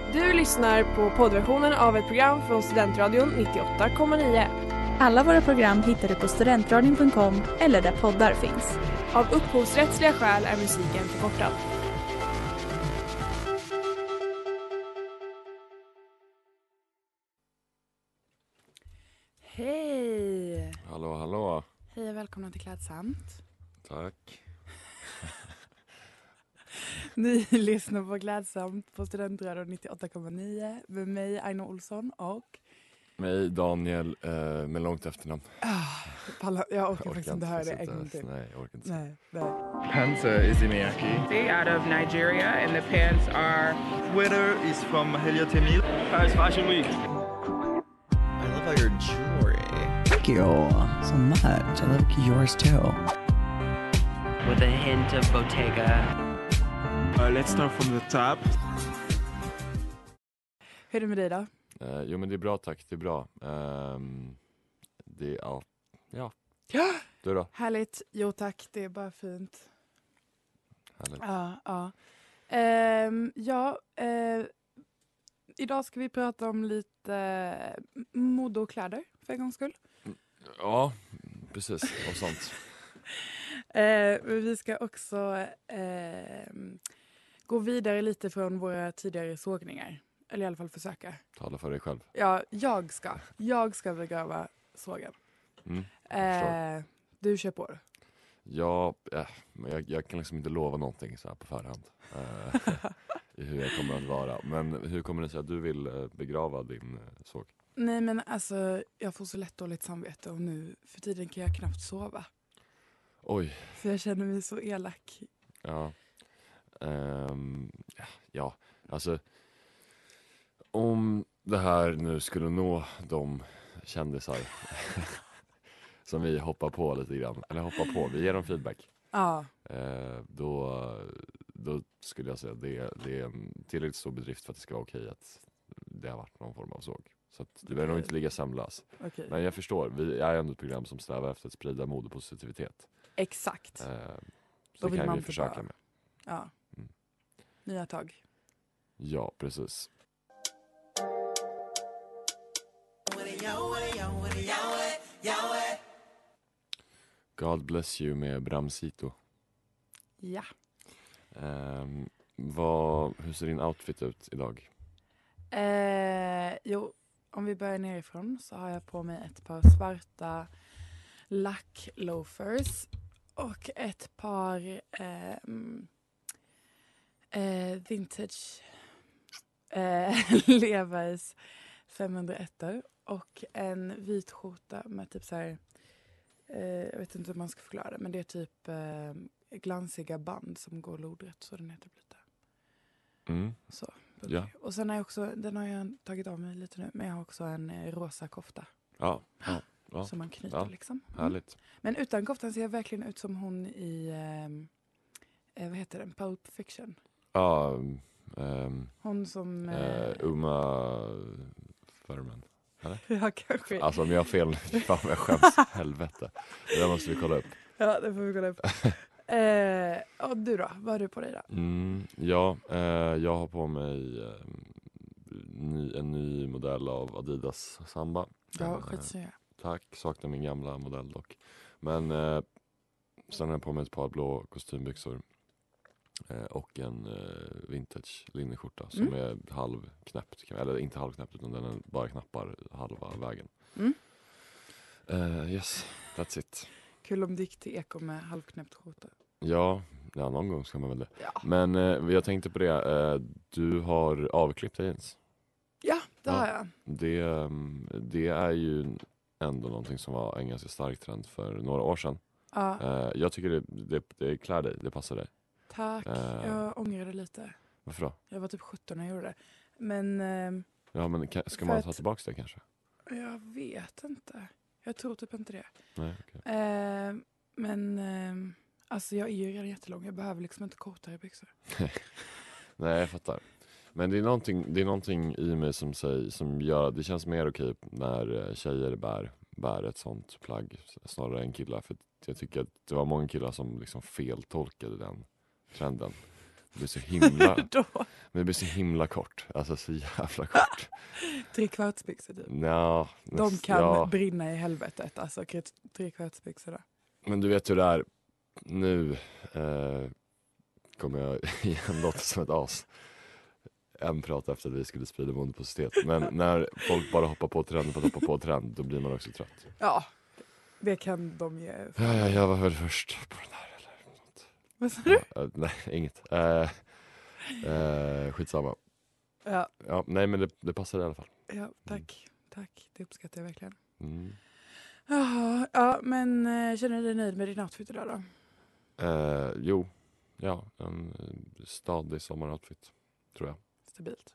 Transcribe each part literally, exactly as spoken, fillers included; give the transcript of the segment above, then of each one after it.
Du lyssnar på poddversionen av ett program från Studentradion nittioåtta komma nio. Alla våra program hittar du på studentradion punkt com eller där poddar finns. Av upphovsrättsliga skäl är musiken förkortad. Hej! Hallå, hallå. Hej och välkomna till Klädsamt. Tack. Ni lyssnar på Klädsamt på Studentradion nittioåtta komma nio med mig, Aino Olsson, och... Mig, Daniel, eh, med långt efternamn. Ah, palla, jag orkar Jag faktiskt inte höra det en gång till. Nej, jag orkar inte. Nej, nej. Panta is Izimiyaki. Out of Nigeria, and the pants are... Sweater is from Heliotemil. Paris Fashion Week. I love all your jewelry. Thank you so much. I love yours too. With a hint of Bottega. Uh, let's start from the top. Hur är det med dig då? Eh, jo, men det är bra, tack. Det är bra. Um, det är ja. Ja. Ja! Du då? Härligt. Jo tack, det är bara fint. Härligt. Ja, ja. Ehm, ja, eh, idag ska vi prata om lite eh, mode och kläder för en gångs skull. Ja, precis. Och sånt. Eh, men vi ska också eh, gå vidare lite från våra tidigare sågningar. Eller i alla fall försöka. Tala för dig själv. Ja, jag ska. Jag ska begrava sågen. Mm, jag Eh, du kör på det. Ja, eh, men jag, jag kan liksom inte lova någonting så här på förhand. Eh, I hur jag kommer att vara. Men hur kommer det sig att du vill eh, begrava din eh, såg? Nej men alltså, jag får så lätt dåligt samvete och nu för tiden kan jag knappt sova. Oj. För jag känner mig så elak. Ja. Um, ja, ja, alltså om det här nu skulle nå de kändisar som vi hoppar på lite grann, eller hoppar på, vi ger dem feedback. Ja. Uh, då, då skulle jag säga att det, det är en tillräckligt stor bedrift för att det ska vara okej att det har varit någon form av såg. Så att det behöver nog inte ligga sömnlös. Okay. Men jag förstår, vi är ändå ett program som strävar efter att sprida modepositivitet. Exakt. Uh, Då så vill kan man vi försöka bara... med. Ja. Mm. Nya tag. Ja, precis. God bless you med Bramsito. Ja. Um, vad, hur ser din outfit ut idag? Eh, jo, om vi börjar nerifrån så har jag på mig ett par svarta lack-loafers och ett par eh, eh, vintage eh, Levi's femhundraett och en vit skjorta med typ så här, eh, jag vet inte hur man ska förklara det, men det är typ eh, glansiga band som går lodrätt, så den heter typ lite. Mm. Så. Ja. Och sen har jag också, den har jag tagit av mig lite nu, men jag har också en eh, rosa kofta. Ja, ja, ja. Som man knyter Ja, liksom. Mm. härligt. Men utan koftan ser jag verkligen ut som hon i, eh, vad heter den, Pulp Fiction. Ja, um, Hon som... uh, Eh, Uma Thurman. Eller? ja, kanske. Alltså om jag har fel, fan jag skäms, helvete. Det där måste vi kolla upp. Ja, det får vi kolla upp. eh, och du då, vad har du på dig då? Mm, ja, uh, jag har på mig uh, ny, en ny modell av Adidas Samba. Ja, Uh, skitsnygga. Tack, saknar min gamla modell dock. Men eh, sen har jag på mig ett par blå kostymbyxor. Eh, och en eh, vintage linneskjorta som Mm. är halvknäppt. Eller inte halvknäppt utan den är bara knappar halva vägen. Mm. Eh, yes, that's it. Kul om du gick till Eko med halvknäppt skjorta. Ja, ja, någon gång ska man väl det. Ja, Men eh, jag tänkte på det. Eh, du har avklippta jeans. ja det Ja. har jag. Det, um, det är ju ändå någonting som var en ganska stark trend för några år sedan. Ja, Uh, jag tycker det, det, det klär dig, det passar dig. tack. eh. Jag ångrar det lite. Varför då? Jag var typ sjutton när jag gjorde det. Men eh, Ja, men ka- ska För man att- ta tillbaka det kanske? jag vet inte. Jag tror typ inte det. Nej, okej. Eh, men eh, alltså jag är ju redan jättelång. Jag behöver liksom inte kortare byxor. Nej, jag fattar. Men det är någonting, det är någonting i mig som, säger, som gör att det känns mer okej när eh, tjejer bär, bär ett sånt plagg snarare än killar. För jag tycker att det var många killar som liksom feltolkade den trenden. Det blir så himla, Då. men det blir så himla kort. Alltså så jävla kort. Trekvartsbyxor typ. Ja, De näst- kan ja. brinna i helvetet, alltså trekvartsbyxorna. Men du vet hur det är. Nu eh, kommer jag igen låta som ett as. En prat efter att vi skulle sprida modepositet. Men när folk bara hoppar på trenden för att hoppa på trend, då blir man också trött. Ja, det kan de ge. Ja, ja, jag var väl först på den här eller något. Vad sa du? Ja, eh, nej, inget. Eh, eh, skitsamma. Ja, Ja, nej, men det, det passar i alla fall. ja, tack. Tack, det uppskattar jag verkligen. Mm. Jaha, ja, men eh, känner du dig nöjd med din outfit idag då? Eh, jo, ja, en eh, stadig sommaroutfit, tror jag. Stabilt.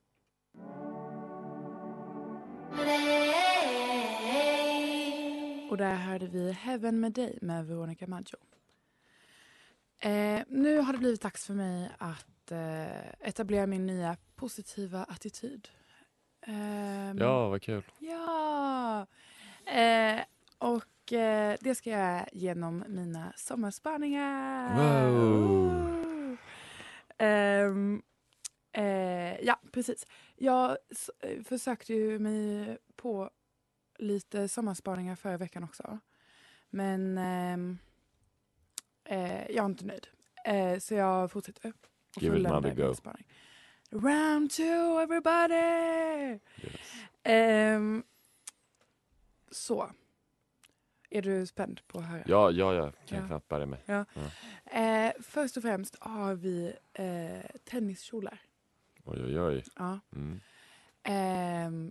Och där hörde vi Heaven med dig med Veronica Maggio. Eh, nu har det blivit dags för mig att eh, etablera min nya positiva attityd. Ehm, Ja, vad kul. Ja! Eh, och eh, det ska jag göra genom mina sommarspaningar. Wow. Ooh. Ehm, eh, ja, precis. Jag s- eh, försökte ju mig på lite sommarspaningar förra veckan också. Men ehm, eh, jag är inte nöjd. Eh, så jag fortsätter. och Give it fulländar another min go. spaning. Round two, everybody! Yes. Ehm, så. Är du spänd på att höra? Ja, ja, jag kan Ja. knappt bärga mig. Eh, först och främst har vi eh, tenniskjolar. Oj, oj, oj. Ja. Mm. Ehm,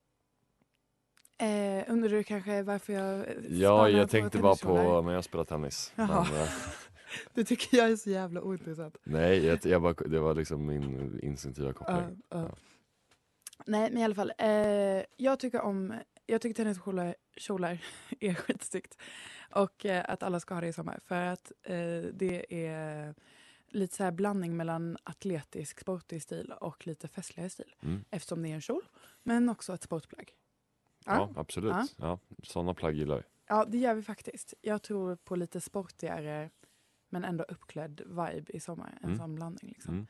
eh, undrar du kanske varför jag eh, Ja, spanar jag tänkte bara tenniskjolar? på när jag spelar tennis. Jaha. Men, eh, Det tycker jag är så jävla ointressant. nej, jag, jag bara, det var liksom min instinktiva koppling. Ja, ja. Ja. Nej, men i alla fall. Eh, jag tycker om jag tycker tenniskjolar kjolar är skitsnyggt. Och eh, att alla ska ha det i sommar. För att eh, det är lite så här blandning mellan atletisk, sportig stil och lite festligare stil. Mm. Eftersom det är en kjol, men också ett sportplagg. Ja, absolut. Ja. Ja. Sådana plagg gillar jag. Ja, det gör vi faktiskt. Jag tror på lite sportigare men ändå uppklädd vibe i sommar. En Mm. sån blandning liksom.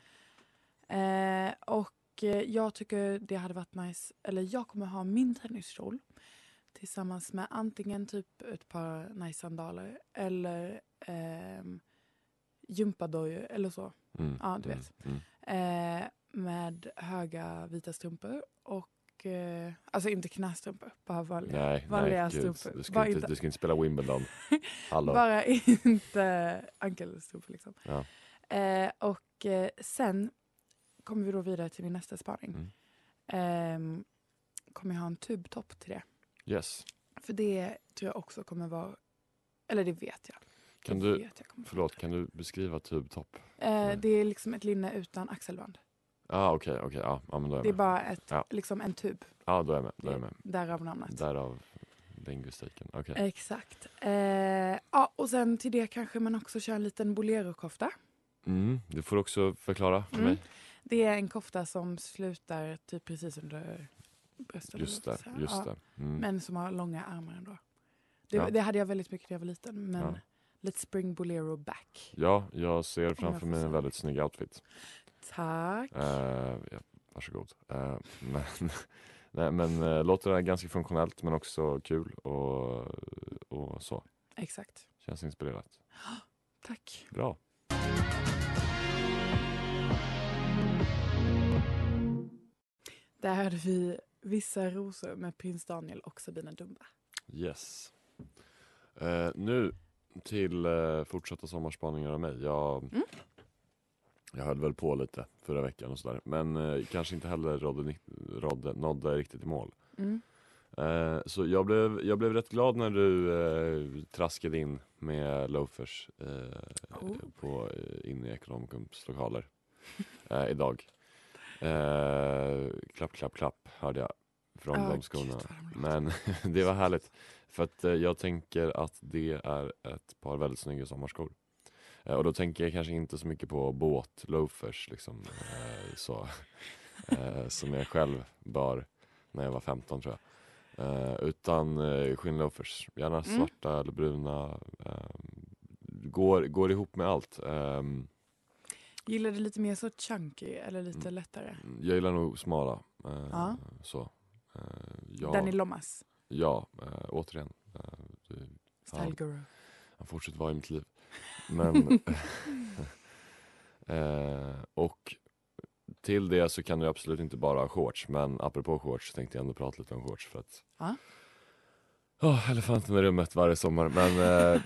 Mm. Eh, och eh, jag tycker det hade varit nice, eller jag kommer ha min tenniskjol tillsammans med antingen typ ett par nice sandaler eller ehm, gympadojor eller så. Mm. Ja, du Mm. vet. Mm. Eh, med höga vita strumpor och eh, alltså inte knästrumpor, bara vanliga. Nej, vanliga nej, gud. strumpor. Du ska, Bara inte, inte- du ska inte spela Wimbledon. Hallå. Bara inte ankelstrumpor liksom. Ja. Eh, och eh, sen kommer vi då vidare till min nästa spaning. Mm. Ehm, kommer jag ha en tubtopp till det. Yes. För det tror jag också kommer vara, eller det vet jag. Kan det du, vet jag kommer. förlåt, kan du beskriva tubtopp? Eh, det är liksom ett linne utan axelband. Ah, okej, okay, okej. Okay. Ja, ja, men då är jag Det är med. bara ett, Ja. liksom en tub. Ja, då är jag med. Då är jag med. Därav namnet. Därav linguistiken. Okej. Exakt. Eh, ja, och sen till det kanske man också kör en liten bolero-kofta. Mm, du får också förklara för Mm. mig. Det är en kofta som slutar typ precis under bröstet. Just eller det, så här. just Ja, det. Mm. men som har långa armar ändå. Det, Ja. det hade jag väldigt mycket när jag var liten. Men Ja. let's bring bolero back. Ja, jag ser jag framför får mig en säga. väldigt snygg outfit. Tack. Uh, ja, varsågod. Uh, men nej, men uh, låter det ganska funktionellt men också kul och, och så. Exakt. Känns inspirerat. Tack. Bra. Där hörde vi Vissa rosor med Prins Daniel och Sabina Dumba. Yes. Uh, nu till uh, fortsatta sommarspaningar av mig. Jag, Mm. jag höll väl på lite förra veckan och sådär. Men uh, kanske inte heller rådde, rådde, nådde riktigt i mål. Mm. Uh, så jag blev, jag blev rätt glad när du uh, traskade in med loafers uh, Oh. på, uh, in i Ekonomikums lokaler uh, idag. Uh, klapp, klapp, klapp hörde jag från Ah, de gud, skorna. vad de låter. Men det var härligt. För att uh, jag tänker att det är ett par väldigt snygga sommarskor. Uh, och då tänker jag kanske inte så mycket på båt-loafers liksom, uh, så, uh, som jag själv bar när jag var femton tror jag. Uh, utan uh, skinnloafers. Gärna Mm. svarta eller bruna. Um, går, går ihop med allt. Um, Gillar du lite mer så chunky eller lite Mm. lättare? Jag gillar nog smala. Eh, Ja. Så. Eh, ja, Danny Lomas, ja eh, återigen. Eh, du, style Ja. guru. han fortsätter vara i mitt liv. Men eh, och till det så kan du absolut inte bara ha shorts. Men apropå shorts tänkte jag ändå prata lite om shorts för att Ja. oh, elefanten i rummet varje sommar. Men eh,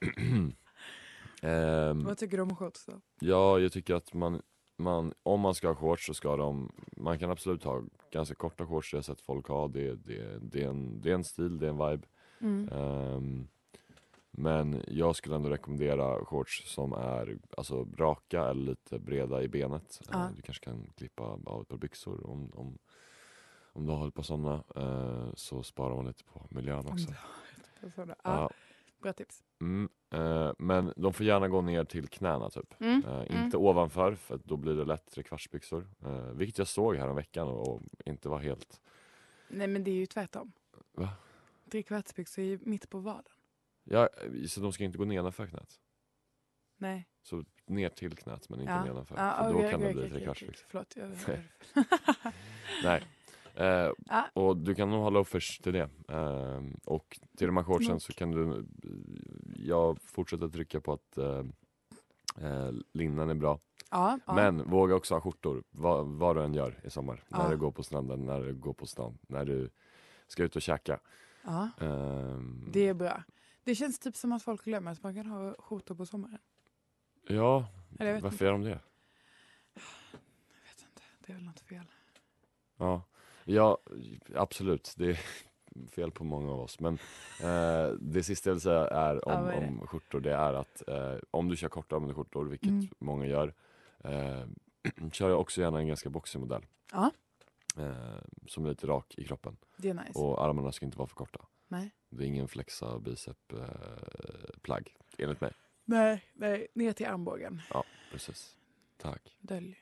ehm, Vad tycker du om shorts då? ja, jag tycker att man, man om man ska ha shorts så ska de, man kan absolut ha ganska korta shorts. Jag har sett folk ha det, det, det, är, en, det är en stil, det är en vibe. Mm. Ehm, men jag skulle ändå rekommendera shorts som är alltså raka eller lite breda i benet. Ja. Eh, du kanske kan klippa av ett par byxor om, om, om du håller på sådana. Eh, så sparar man lite på miljön också. Ja. Ja. Bra tips. Mm, eh, men de får gärna gå ner till knäna typ. Mm. Eh, Mm. inte ovanför, för att då blir det lätt trekvartsbyxor. Eh, vilket jag såg här om veckan och, och inte var helt... Nej, men det är ju tvärtom. Va? Trekvartsbyxor är ju mitt på vaden. Ja, så de ska inte gå nedanför knät. Nej. Så ner till knät men inte Ja. nedanför. Ja, för då okej, kan okej, det bli okej, trekvartsbyxor. okej. Förlåt. Jag... Nej. Nej. Eh, Ja. och du kan nog ha loafers till det. Eh, och till de här shortsen så kan du... Jag fortsätter trycka på att eh, eh, linnen är bra. Ja, ja. Men våga också ha skjortor. Vad, vad du än gör i sommar. Ja. När du går på stranden, när du går på stan. När du ska ut och käka. Ja, Ehm, det är bra. Det känns typ som att folk glömmer att man kan ha skjortor på sommaren. Ja, Eller jag vet varför inte. gör de det? Jag vet inte. Det är väl något fel. Ja, ja absolut. Det är fel på många av oss. Men eh, det sista jag vill säga är om, Ja, vad är det? om skjortor. Det är att eh, om du kör kortärmade skjortor, vilket Mm. många gör. Eh, kör jag också gärna en ganska boxig modell. Ja. Eh, som är lite rak i kroppen. Det är nice. Och armarna ska inte vara för korta. Nej. Det är ingen flexa bicep eh, plagg, enligt mig. Nej, nej. Ner till armbågen. Ja, precis. Tack. Dölj.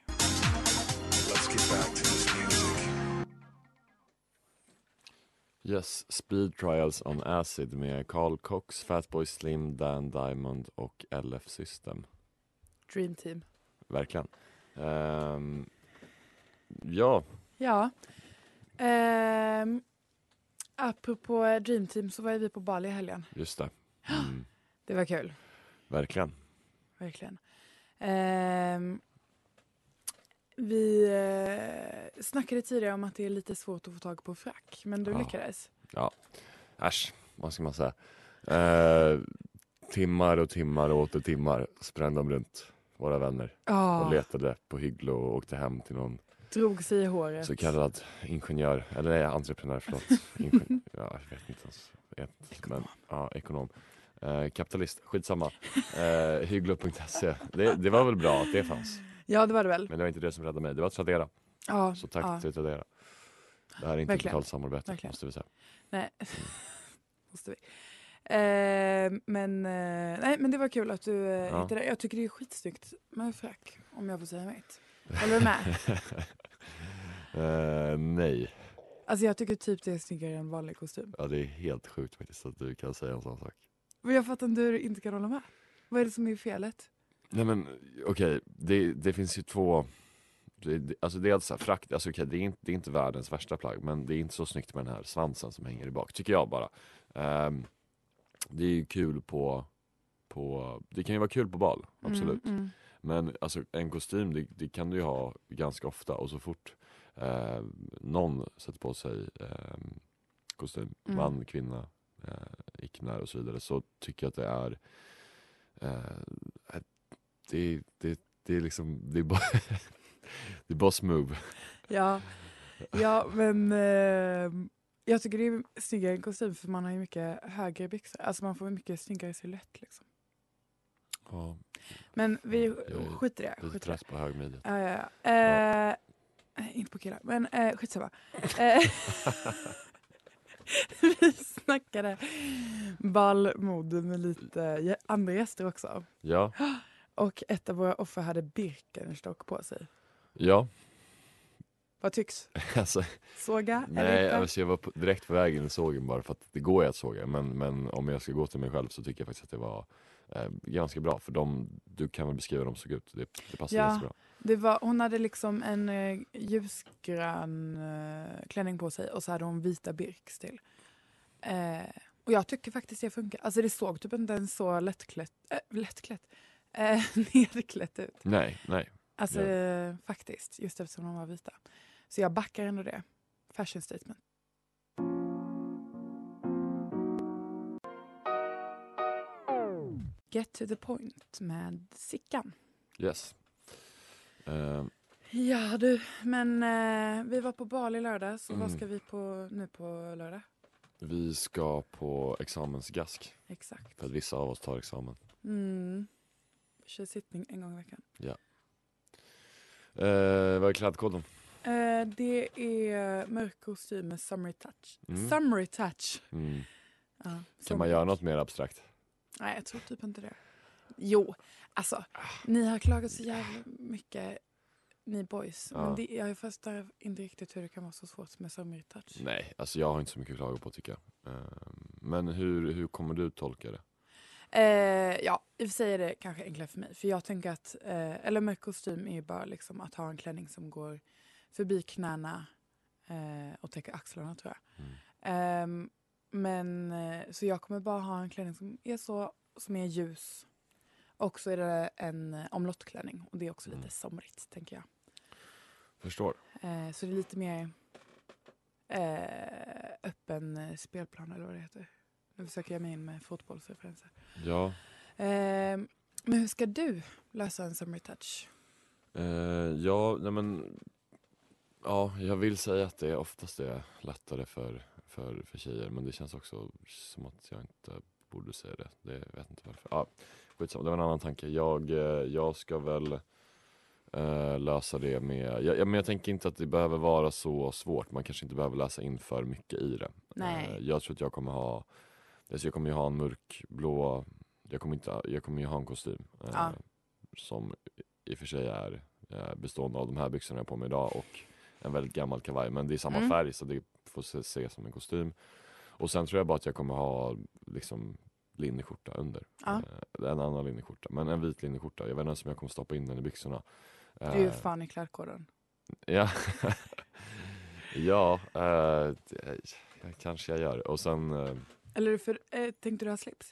Yes, Speed Trials on Acid med Carl Cox, Fatboy Slim, Dan Diamond och L F System. Dream team. Verkligen. Ehm, ja, Ja. Ehm, apropå Dream team så var vi på Bali i helgen. just det. Mm, Det var kul. verkligen. Verkligen. Ehm, vi eh, snackade tidigare om att det är lite svårt att få tag på frack. Men du Ja. lyckades. Äsch, vad ska man säga? Ehm, timmar och timmar och åter timmar sprang de runt våra vänner och Ja. letade på hygglo och åkte hem till någon Drog sig i håret. så kallad ingenjör, eller nej, entreprenör, förlåt. Ingen, ja, jag vet inte ens. Vet, men, ja, ekonom. Eh, kapitalist, skitsamma. Eh, Hygglo punkt se. Det, det var väl bra att det fanns. Ja, det var det väl. Men det var inte det som räddade mig. Det var Tradera. Ja, Så tack ja. till Tradera. Det här är inte Verkligen. betalt samarbete, Verkligen. måste vi säga. Nej. Måste vi. Ehm, men, eh, nej, men det var kul att du eh, Ja. hittade det. Jag tycker det är skitsnyggt med frack. Om jag får säga mitt. Håller du med? eh, nej. Alltså jag tycker typ det är snyggare än vanlig kostym. Ja, det är helt sjukt faktiskt att du kan säga en sån sak. Men jag fattar inte hur du inte kan hålla med. Vad är det som är felet? Nej men okej, det, det finns ju två. Det, det, alltså det är alltså frakt, alltså okej, det, är inte, det är inte världens värsta plagg, men det är inte så snyggt med den här svansen som hänger i bak, tycker jag bara. Ehm, det är ju kul på, på, det kan ju vara kul på bal, absolut. Mm, mm. Men alltså en kostym, det, det kan du ju ha ganska ofta, och så fort eh, någon sätter på sig eh, kostym, Mm. man, kvinna, eh, icke-binär och så vidare, så tycker jag att det är eh, det, det, det är liksom, det är bara det är boss move. Ja, ja men eh, jag tycker det är snyggare än kostym för man har ju mycket högre byxor. Alltså man får en mycket snyggare silhuett liksom. Ja, Men vi Jag är skiter i det. lite Skiter i det. trött på högmidjan. Ja, ja, ja. Eh, nej, inte på killar, men eh, skitsamma. Eh, vi snackade ballmode med lite gä- andra gäster också. Ja, Och ett av våra offer hade Birkenstock på sig. ja. Vad tycks? Alltså, Såga? eller nej, inte? alltså jag var på, direkt på vägen i sågen bara för att det går ju att såga. Men, men om jag ska gå till mig själv så tycker jag faktiskt att det var eh, ganska bra. För de, du kan väl beskriva hur de såg ut. Det, det passar Ja. ganska bra. Det var, hon hade liksom en eh, ljusgrön eh, klänning på sig och så hade hon vita Birks till. Eh, och jag tycker faktiskt det funkar. Alltså det såg typ inte ens så lättklätt, äh, lättklätt, eh, nedklätt ut. Nej, nej. Alltså Ja. eh, faktiskt, just eftersom de var vita. Så jag backar ändå det. Fashion statement. Get to the point med Sickan. Yes. Eh, Ja du, men eh, vi var på bal i lördag, så Mm. vad ska vi på nu på lördag? vi ska på examensgask. Exakt. För att vissa av oss tar examen. Mm. Kör sittning en gång i veckan. Eh, vad är klädkoden? Eh, det är mörk kostym med summery touch. Mm. Summery touch. Mm. Ja, Kan summery man göra touch. något mer abstrakt? Nej, jag tror typ inte det. Jo, alltså, ni har klagat så jävla mycket, ni boys. Ja. Men det, jag förstår inte riktigt hur det kan vara så svårt med summery touch. Nej, alltså jag har inte så mycket att klaga på tycker jag. Eh, men hur, hur kommer du tolka det? Eh, ja, i och för sig är det kanske enklare för mig. För jag tänker att, eh, eller mörk kostym är ju bara liksom att ha en klänning som går förbi knäna eh, och täcker axlarna, tror jag. Mm. Ehm, men eh, så jag kommer bara ha en klänning som är så, som är ljus. Och så är det en eh, omlottklänning. Och det är också Mm. lite somrigt, tänker jag. Förstår. Eh, så det är lite mer eh, öppen eh, spelplan, eller vad det heter. Nu försöker jag mig in med fotbollsreferenser. Ja. Eh, men hur ska du lösa en summer touch? Eh, ja, nej men ja, jag vill säga att det oftast är lättare för, för, för tjejer, men det känns också som att jag inte borde säga det. Det jag vet inte varför. Ja, skitsamma, det var en annan tanke. Jag, eh, jag ska väl eh, lösa det med, jag, jag, men jag tänker inte att det behöver vara så svårt. Man kanske inte behöver läsa in för mycket i det. Nej. Eh, jag tror att jag kommer ha, alltså jag kommer ju ha en mörkblå, jag kommer inte, jag kommer ju ha en kostym eh, Ja. som i och för sig är eh, bestående av de här byxorna jag har på mig idag och en väldigt gammal kavaj, men det är samma Mm. färg så det får se, se som en kostym. Och sen tror jag bara att jag kommer ha liksom linneskjorta under. Ja. Eh, en annan linneskjorta, men en vit linneskjorta. Jag vet inte ens om jag kommer stoppa in den i byxorna. Du är ju Eh, fan i klädkoden. Ja, ja eh, det, kanske jag gör. Och sen, eh, Eller för, eh, tänkte du ha slips?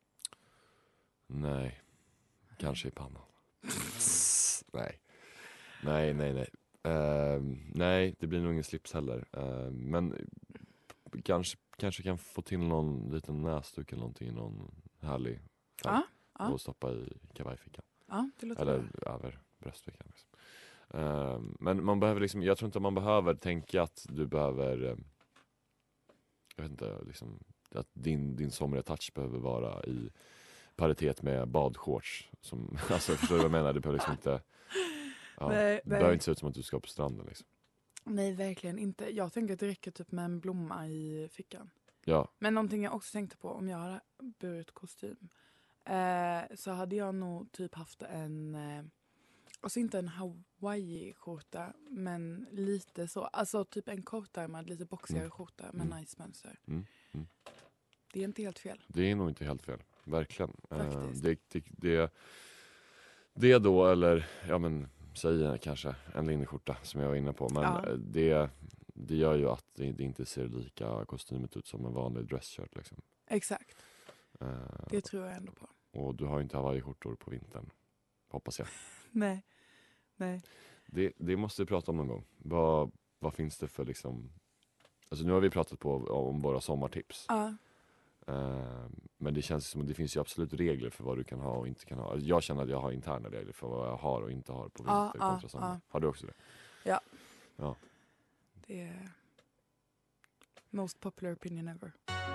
nej, kanske i pannan. nej, nej, nej, nej. Eh, nej, det blir nog ingen slips heller. Eh, men kanske, kanske kan få till någon liten näsduk eller någonting i någon härlig färg. Ja, ja. Och stoppa i kavajfickan. Ja, det låter Eller bra. över bröstfickan. Liksom. Eh, men man behöver liksom, jag tror inte man behöver tänka att du behöver, eh, jag vet inte, liksom, att din, din somriga touch behöver vara i paritet med badshorts. Som, alltså, förstår du vad jag menar? Det behöver liksom inte, ja, Nej, det nej. behöver inte se ut som att du ska på stranden. Liksom. Nej, verkligen inte. Jag tänker att det räcker typ med en blomma i fickan. Ja, Men någonting jag också tänkte på, om jag hade burit kostym, eh, så hade jag nog typ haft en, eh, alltså inte en Hawaii-skjorta, men lite så. Alltså typ en kortärmad, lite boxigare Mm. skjorta med Mm. nice mönster. Mm, mm. Det är inte helt fel. det är nog inte helt fel. Verkligen. Eh, Faktiskt. det, det, det, det då, eller ja men säg kanske en linneskjorta som jag var inne på. Men Ja. eh, det, det gör ju att det, det inte ser lika kostymet ut som en vanlig dressshirt. Liksom. Exakt, Eh, det tror jag ändå på. och du har ju inte Hawaii-skjortor på vintern. Hoppas jag. Nej, nej. Det, det måste vi prata om någon gång. Vad, vad finns det för liksom... Alltså nu har vi pratat på om våra sommartips. Ja, Eh, men det känns som att det finns ju absolut regler för vad du kan ha och inte kan ha. Alltså jag känner att jag har interna regler för vad jag har och inte har på vinter Ja, ja, kontra sommar. ja. Har du också det? det är most popular opinion ever.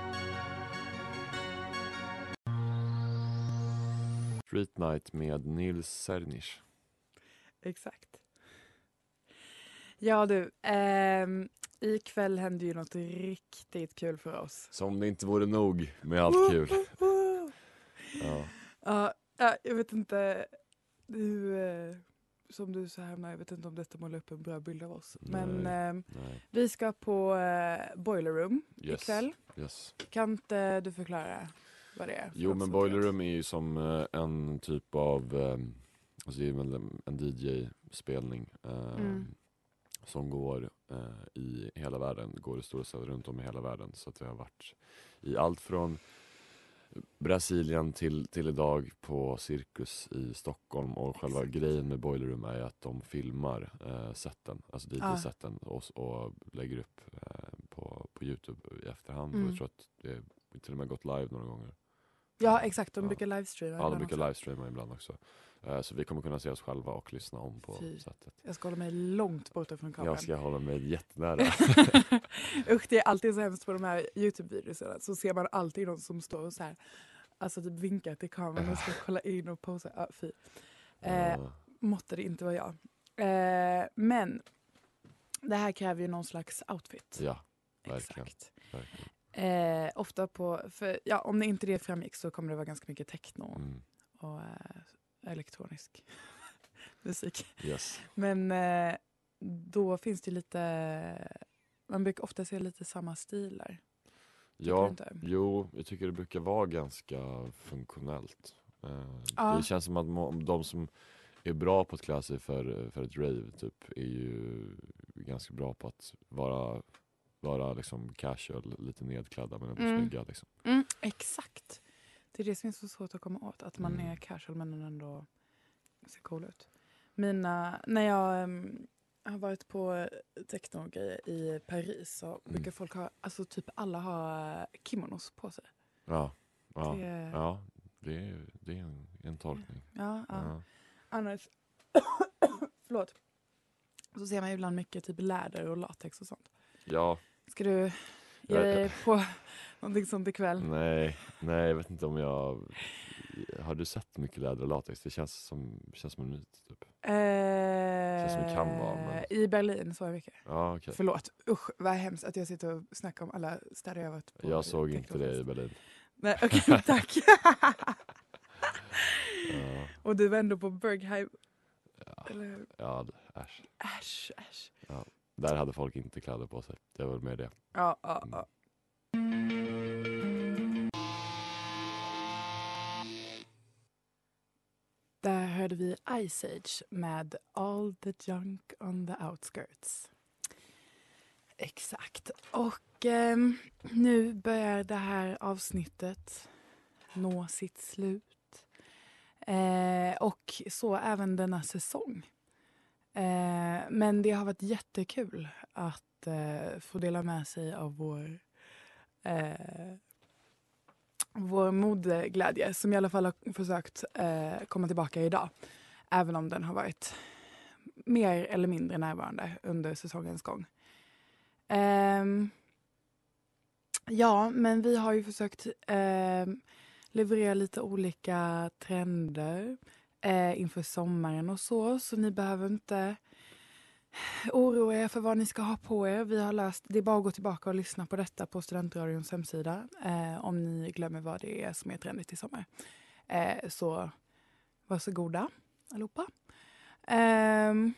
Street Night med Nils Sernisch. Exakt. Ja du, ehm, ikväll händer ju något riktigt kul för oss. Som det inte vore nog med allt kul. Ja. Ja, ja, jag vet inte du, eh, som du sa här, jag vet inte om detta målar upp en bra bild av oss. Men Nej. eh, Nej. vi ska på eh, Boiler Room Yes. ikväll. Yes. Kan inte du förklara? vad det är. Jo, men Boiler Room är ju som eh, en typ av, eh, alltså det är väl en, en D J-spelning eh, Mm. som går eh, i hela världen, går i stora städer runt om i hela världen. Så att det har varit i allt från Brasilien till, till idag på Cirkus i Stockholm. Och själva Exakt. grejen med Boiler Room är att de filmar eh, sätten, alltså D J-sätten och, och lägger upp eh, på, på YouTube i efterhand. Mm. Och jag tror att det är till och med gått live några gånger. Ja, exakt. De Ja. brukar livestreama. Ja, de ibland brukar också. livestreama ibland också. Eh, så vi kommer kunna se oss själva och lyssna om på Fy. sättet. Jag ska hålla mig långt borta från kameran. Jag ska hålla mig jättenära. Usch, det är alltid så hemskt på de här YouTube-videorna. Så ser man alltid någon som står och så här, alltså typ vinkar till kameran och ska kolla in och posa. Ja, fy. Eh, Ja. måtte det inte vara jag. Eh, men det här kräver ju någon slags outfit. Ja, verkligen. Exakt. verkligen. Eh, ofta på, för ja, om det inte det framgick så kommer det vara ganska mycket techno Mm. och eh, elektronisk musik. Yes. Men eh, då finns det lite, man brukar ofta se lite samma stilar. Tycker du Ja, inte? jo, jag tycker det brukar vara ganska funktionellt. Eh, Ja. Det känns som att må- de som är bra på att klä sig för, för ett rave typ, är ju ganska bra på att vara, vara liksom casual, lite nedklädda men ändå Mm. snygga. Liksom. Mm, exakt. Det är det som är så svårt att komma åt. Att man Mm. är casual men ändå ser cool ut. Mina, när jag um, har varit på techno-grejer i Paris så Mm. brukar folk ha, alltså typ alla ha eh, kimonos på sig. Ja, ja, Det- ja det, är, det är en, en tolkning. Ja, ja. Ja. Annars, förlåt, så ser man ju ibland mycket typ läder och latex och sånt. Ja, Ska du ge Jag- dig på någonting sånt ikväll? nej, nej, jag vet inte om jag... Har du sett mycket läder och latex? Det känns som, känns som en myt. Typ. Eh, Känns som det kan vara, men- I Berlin så mycket. Ja, okej. Förlåt, usch vad hemskt att jag sitter och snackar om alla städer jag varit på. Jag såg inte Technofest. det i Berlin. Nej, okej, tack. Ja, Och du var ändå på Berghain. ja, Eller hur? ja d- äsch. Äsch, äsch. Där hade folk inte kläder på sig. Det var väl mer det. Ja, ja, ja. Där hörde vi Ice Age med All the Junk on the Outskirts. Exakt. Och ehm, nu börjar det här avsnittet nå sitt slut. Eh, och så även denna säsong. Eh, men det har varit jättekul att eh, få dela med sig av vår eh, vår modeglädje som i alla fall har försökt eh, komma tillbaka idag. Även om den har varit mer eller mindre närvarande under säsongens gång. Ehm, ja, men vi har ju försökt eh, leverera lite olika trender eh, inför sommaren och så. Så ni behöver inte oroa er för vad ni ska ha på er. Vi har löst, det är bara att gå tillbaka och lyssna på detta på Studentradions hemsida. Eh, om ni glömmer vad det är som är trendigt i sommar. Eh, så varsågoda allihopa. Ehm,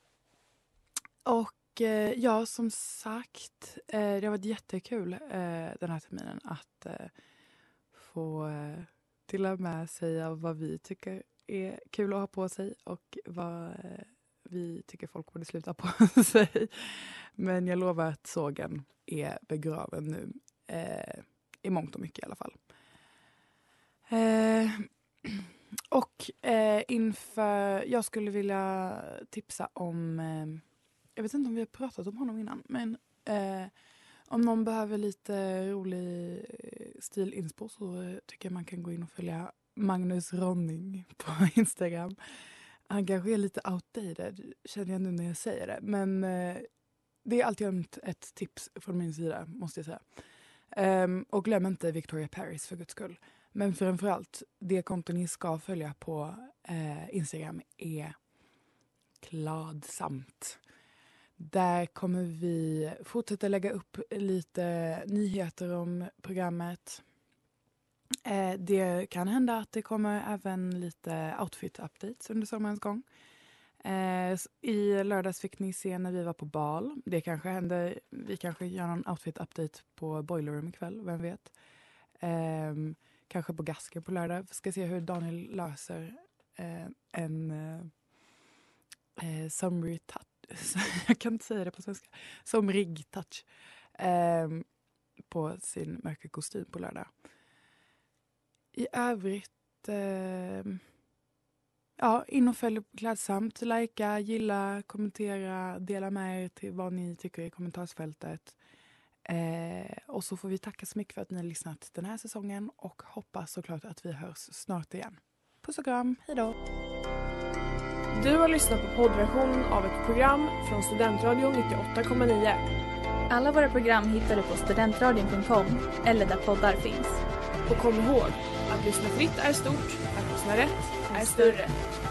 och eh, ja, som sagt, eh, det har varit jättekul eh, den här terminen att eh, få eh, dela med sig av vad vi tycker är kul att ha på sig och vad eh, vi tycker folk borde sluta på sig. Men jag lovar att sågen är begraven nu. Eh, I mångt och mycket i alla fall. Eh, och eh, inför... Jag skulle vilja tipsa om... Eh, jag vet inte om vi har pratat om honom innan. Men eh, om någon behöver lite rolig stilinspo så tycker jag man kan gå in och följa Magnus Ronning på Instagram. Han kanske är lite outdated, känner jag nu när jag säger det. Men eh, det är alltid ett tips från min sida, måste jag säga. Um, och glöm inte Victoria Paris för guds skull. Men framförallt, det konto ni ska följa på eh, Instagram är Kladsamt. Där kommer vi fortsätta lägga upp lite nyheter om programmet. Eh, det kan hända att det kommer även lite outfit-updates under sommarens gång. Eh, I lördags fick ni se när vi var på bal. Det kanske händer, vi kanske gör någon outfit-update på Boiler Room ikväll, vem vet. Eh, kanske på Gasker på lördag. Ska se hur Daniel löser eh, en eh, somrig touch. Jag kan inte säga det på svenska. Somrig touch. Eh, på sin mörka kostym på lördag. I övrigt... Eh, ja, in och följ klädsamt. Likea, gilla, kommentera, dela med er till vad ni tycker i kommentarsfältet. Eh, och så får vi tacka så mycket för att ni har lyssnat den här säsongen och hoppas såklart att vi hörs snart igen. Puss och kram, hejdå! Du har lyssnat på poddversionen av ett program från Studentradion nittioåtta komma nio. Alla våra program hittar du på studentradion punkt com eller där poddar finns. Och kom ihåg, att lyssna fritt är stort, att lyssna rätt är större.